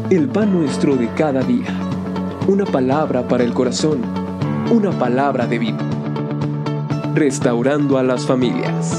El pan nuestro de cada día. Una palabra para el corazón. Una palabra de vida. Restaurando a las familias.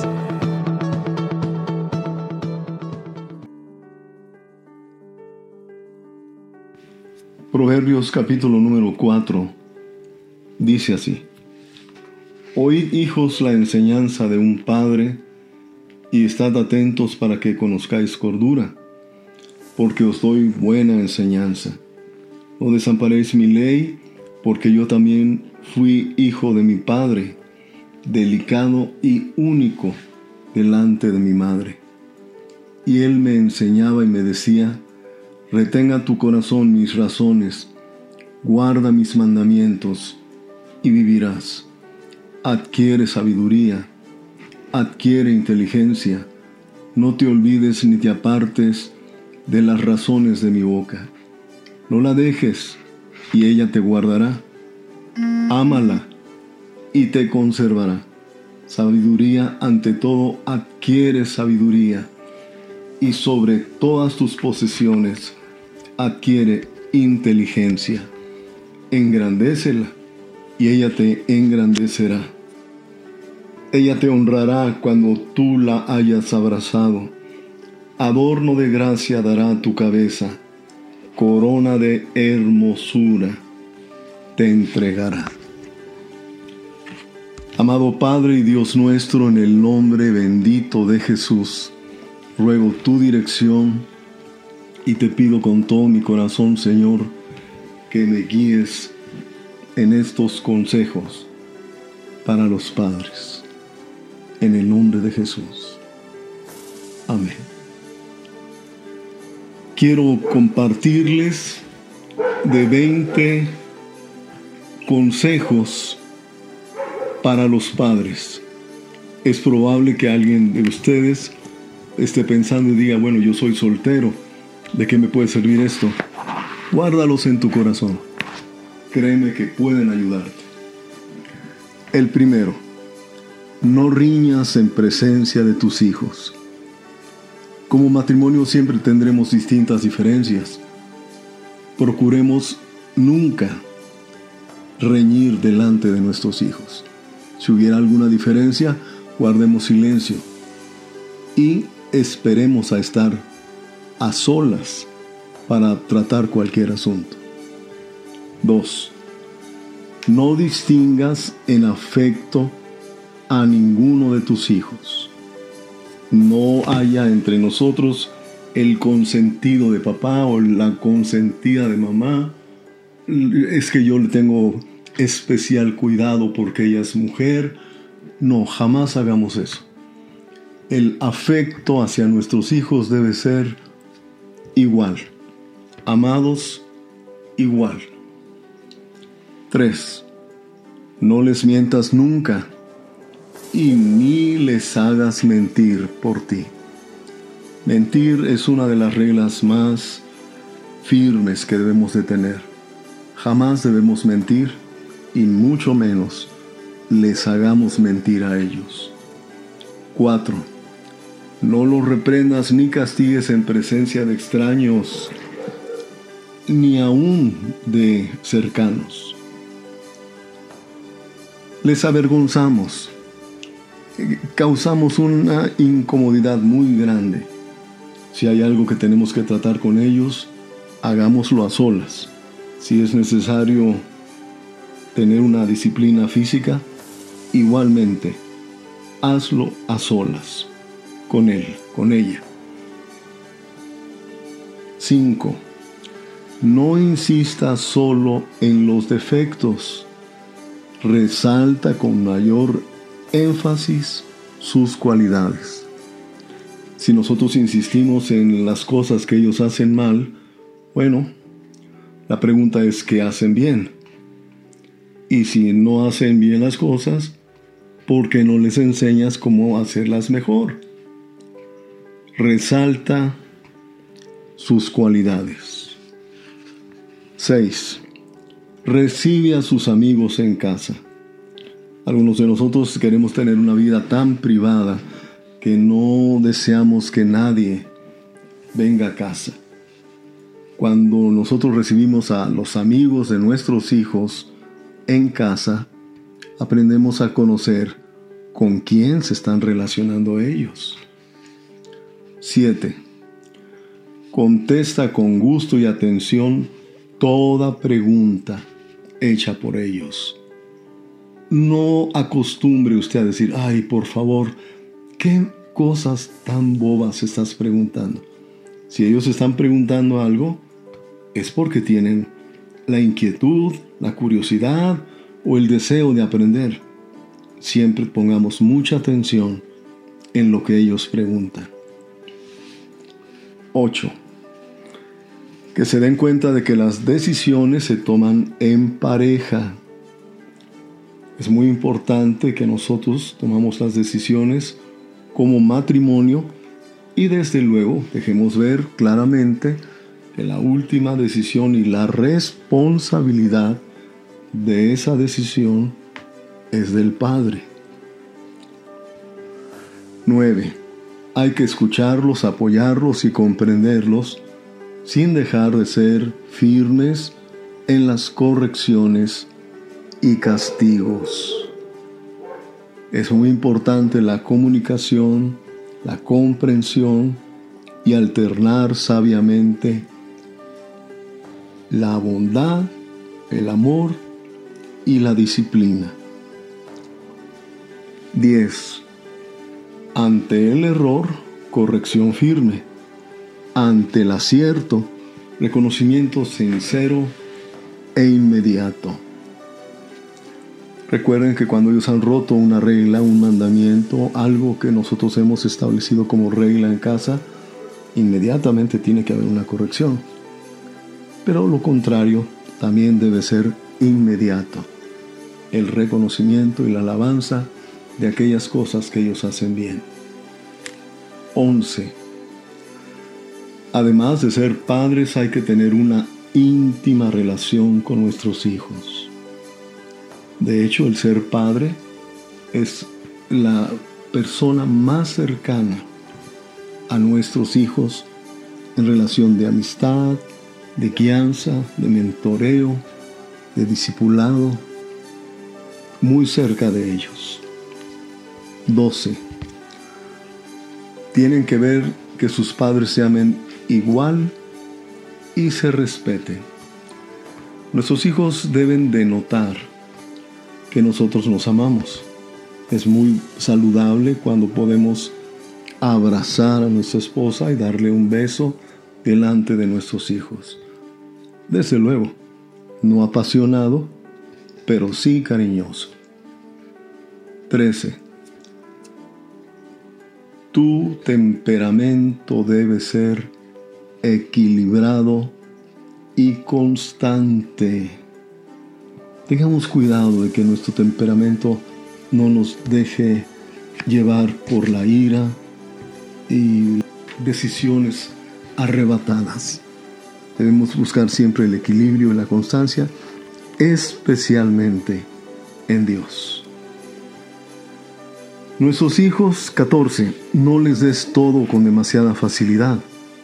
Proverbios capítulo número 4 dice así: Oíd, hijos, la enseñanza de un padre, y estad atentos para que conozcáis cordura, porque os doy buena enseñanza. No desamparéis mi ley, porque yo también fui hijo de mi padre, delicado y único delante de mi madre. Y él me enseñaba y me decía: retenga tu corazón mis razones, guarda mis mandamientos, y vivirás. Adquiere sabiduría, adquiere inteligencia, no te olvides ni te apartes de las razones de mi boca. No la dejes, y ella te guardará. Ámala, y te conservará. Sabiduría ante todo, adquiere sabiduría, y sobre todas tus posesiones adquiere inteligencia. Engrandécela, y ella te engrandecerá. Ella te honrará cuando tú la hayas abrazado. Adorno de gracia dará a tu cabeza, corona de hermosura te entregará. Amado Padre y Dios nuestro, en el nombre bendito de Jesús, ruego tu dirección y te pido con todo mi corazón, Señor, que me guíes en estos consejos para los padres. En el nombre de Jesús. Amén. Quiero compartirles de 20 consejos para los padres. Es probable que alguien de ustedes esté pensando y diga: bueno, yo soy soltero, ¿de qué me puede servir esto? Guárdalos en tu corazón. Créeme que pueden ayudarte. El primero: no riñas en presencia de tus hijos. Como matrimonio siempre tendremos distintas diferencias. Procuremos nunca reñir delante de nuestros hijos. Si hubiera alguna diferencia, guardemos silencio y esperemos a estar a solas para tratar cualquier asunto. 2. No distingas en afecto a ninguno de tus hijos. No haya entre nosotros el consentido de papá o la consentida de mamá. Es que yo le tengo especial cuidado porque ella es mujer. No, jamás hagamos eso. El afecto hacia nuestros hijos debe ser igual. Amados, igual. 3. No les mientas nunca, y ni les hagas mentir por ti. Mentir es una de las reglas más firmes que debemos de tener. Jamás debemos mentir, y mucho menos les hagamos mentir a ellos. 4. No los reprendas ni castigues en presencia de extraños, ni aún de cercanos. Les avergonzamos. Causamos una incomodidad muy grande. Si hay algo que tenemos que tratar con ellos, hagámoslo a solas. Si es necesario tener una disciplina física, igualmente, hazlo a solas, con él, con ella. 5. No insistas solo en los defectos. Resalta con mayor énfasis sus cualidades. Si nosotros insistimos en las cosas que ellos hacen mal, bueno, la pregunta es: ¿qué hacen bien? Y si no hacen bien las cosas, ¿por qué no les enseñas cómo hacerlas mejor? Resalta sus cualidades. 6. Recibe a sus amigos en casa. Algunos de nosotros queremos tener una vida tan privada que no deseamos que nadie venga a casa. Cuando nosotros recibimos a los amigos de nuestros hijos en casa, aprendemos a conocer con quién se están relacionando ellos. 7. Contesta con gusto y atención toda pregunta hecha por ellos. No acostumbre usted a decir, ay, por favor, ¿qué cosas tan bobas estás preguntando? Si ellos están preguntando algo, es porque tienen la inquietud, la curiosidad o el deseo de aprender. Siempre pongamos mucha atención en lo que ellos preguntan. 8. Que se den cuenta de que las decisiones se toman en pareja. Es muy importante que nosotros tomamos las decisiones como matrimonio y desde luego dejemos ver claramente que la última decisión y la responsabilidad de esa decisión es del padre. 9. Hay que escucharlos, apoyarlos y comprenderlos sin dejar de ser firmes en las correcciones y castigos. Es muy importante la comunicación, la comprensión y alternar sabiamente la bondad, el amor y la disciplina. 10. Ante el error, corrección firme. Ante el acierto, reconocimiento sincero e inmediato. Recuerden que cuando ellos han roto una regla, un mandamiento, algo que nosotros hemos establecido como regla en casa, inmediatamente tiene que haber una corrección. Pero lo contrario también debe ser inmediato. El reconocimiento y la alabanza de aquellas cosas que ellos hacen bien. 11. Además de ser padres, hay que tener una íntima relación con nuestros hijos. De hecho, el ser padre es la persona más cercana a nuestros hijos en relación de amistad, de guianza, de mentoreo, de discipulado, muy cerca de ellos. 12. Tienen que ver que sus padres se amen igual y se respeten. Nuestros hijos deben de notar que nosotros nos amamos. Es muy saludable cuando podemos abrazar a nuestra esposa y darle un beso delante de nuestros hijos. Desde luego, no apasionado, pero sí cariñoso. 13. Tu temperamento debe ser equilibrado y constante. Tengamos cuidado de que nuestro temperamento no nos deje llevar por la ira y decisiones arrebatadas. Debemos buscar siempre el equilibrio y la constancia, especialmente en Dios. Nuestros hijos, 14, no les des todo con demasiada facilidad.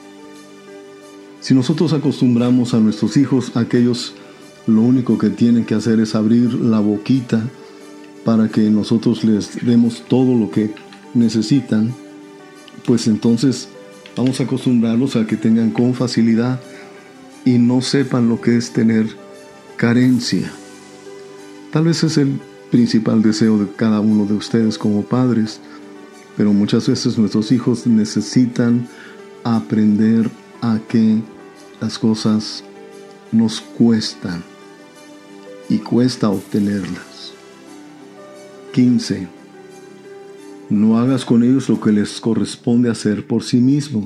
Si nosotros acostumbramos a nuestros hijos a que ellos lo único que tienen que hacer es abrir la boquita para que nosotros les demos todo lo que necesitan, pues entonces vamos a acostumbrarlos a que tengan con facilidad y no sepan lo que es tener carencia. Tal vez es el principal deseo de cada uno de ustedes como padres, pero muchas veces nuestros hijos necesitan aprender a que las cosas nos cuestan y cuesta obtenerlas. 15. No hagas con ellos lo que les corresponde hacer por sí mismo.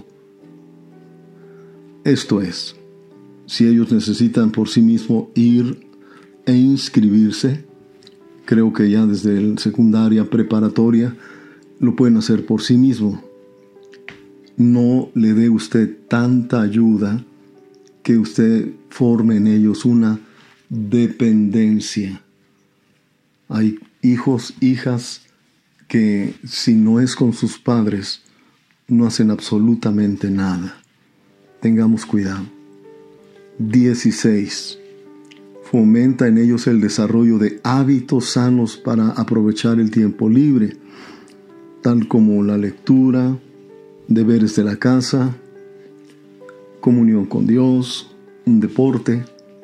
Esto es, si ellos necesitan por sí mismo ir e inscribirse, creo que ya desde la secundaria, preparatoria, lo pueden hacer por sí mismo. No le dé usted tanta ayuda que usted forme en ellos una dependencia. Hay hijos, hijas que si no es con sus padres, no hacen absolutamente nada. Tengamos cuidado. 16. Fomenta en ellos el desarrollo de hábitos sanos para aprovechar el tiempo libre, tal como la lectura, deberes de la casa, comunión con Dios, un deporte.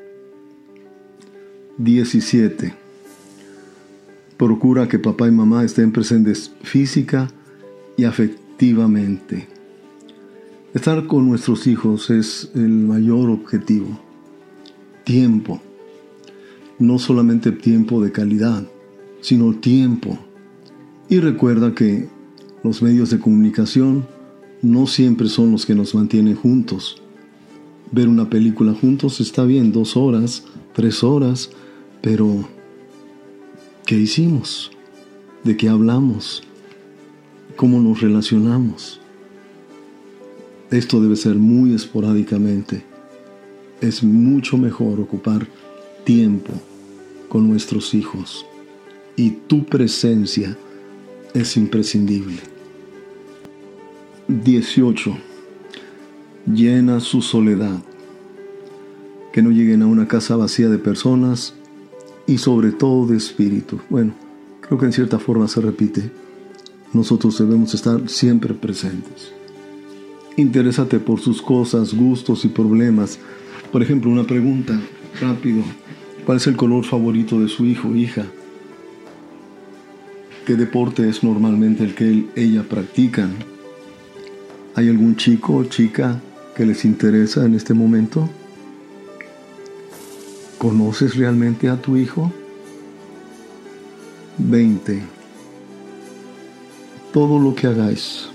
17. Procura que papá y mamá estén presentes física y afectivamente. Estar con nuestros hijos es el mayor objetivo. Tiempo. No solamente tiempo de calidad, sino tiempo. Y recuerda que los medios de comunicación no siempre son los que nos mantienen juntos. Ver una película juntos está bien, 2 horas, 3 horas, pero ¿qué hicimos? ¿De qué hablamos? ¿Cómo nos relacionamos? Esto debe ser muy esporádicamente. Es mucho mejor ocupar tiempo con nuestros hijos, y tu presencia es imprescindible. 18. Llena su soledad. Que no lleguen a una casa vacía de personas y sobre todo de espíritu. Bueno, creo que en cierta forma se repite. Nosotros debemos estar siempre presentes. Interésate por sus cosas, gustos y problemas. Por ejemplo, una pregunta rápido. ¿Cuál es el color favorito de su hijo o hija? ¿Qué deporte es normalmente el que ella practican? ¿Hay algún chico o chica que les interesa en este momento? ¿Conoces realmente a tu hijo? 20. Todo lo que hagáis,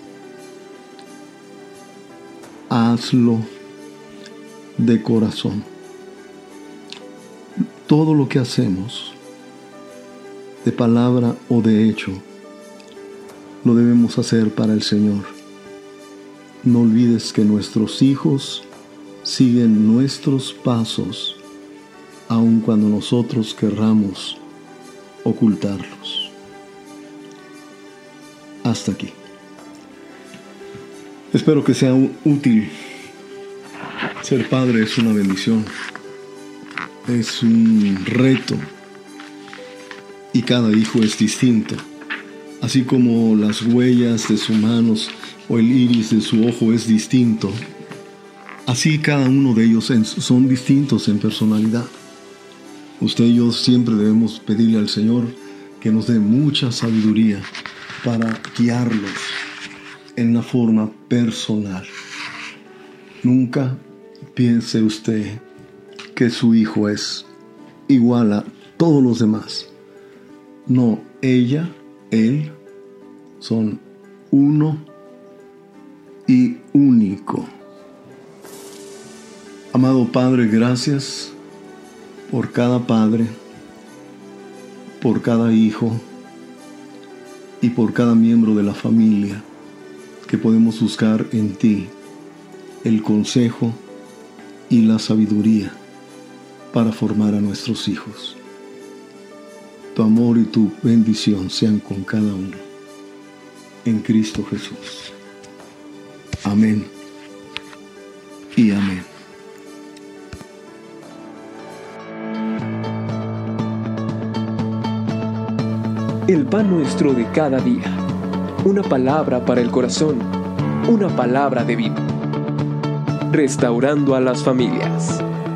hazlo de corazón. Todo lo que hacemos, de palabra o de hecho, lo debemos hacer para el Señor. No olvides que nuestros hijos siguen nuestros pasos, aun cuando nosotros querramos ocultarlos. Hasta aquí. Espero que sea útil. Ser padre es una bendición. Es un reto. Y cada hijo es distinto. Así como las huellas de sus manos o el iris de su ojo es distinto, así cada uno de ellos son distintos en personalidad. Usted y yo siempre debemos pedirle al Señor que nos dé mucha sabiduría para guiarlos en una forma personal. Nunca piense usted que su hijo es igual a todos los demás. No, ella, él, son uno y único. Amado Padre, gracias por cada padre, por cada hijo y por cada miembro de la familia que podemos buscar en ti el consejo y la sabiduría para formar a nuestros hijos. Tu amor y tu bendición sean con cada uno. En Cristo Jesús. Amén y amén. El pan nuestro de cada día. Una palabra para el corazón. Una palabra de vida. Restaurando a las familias.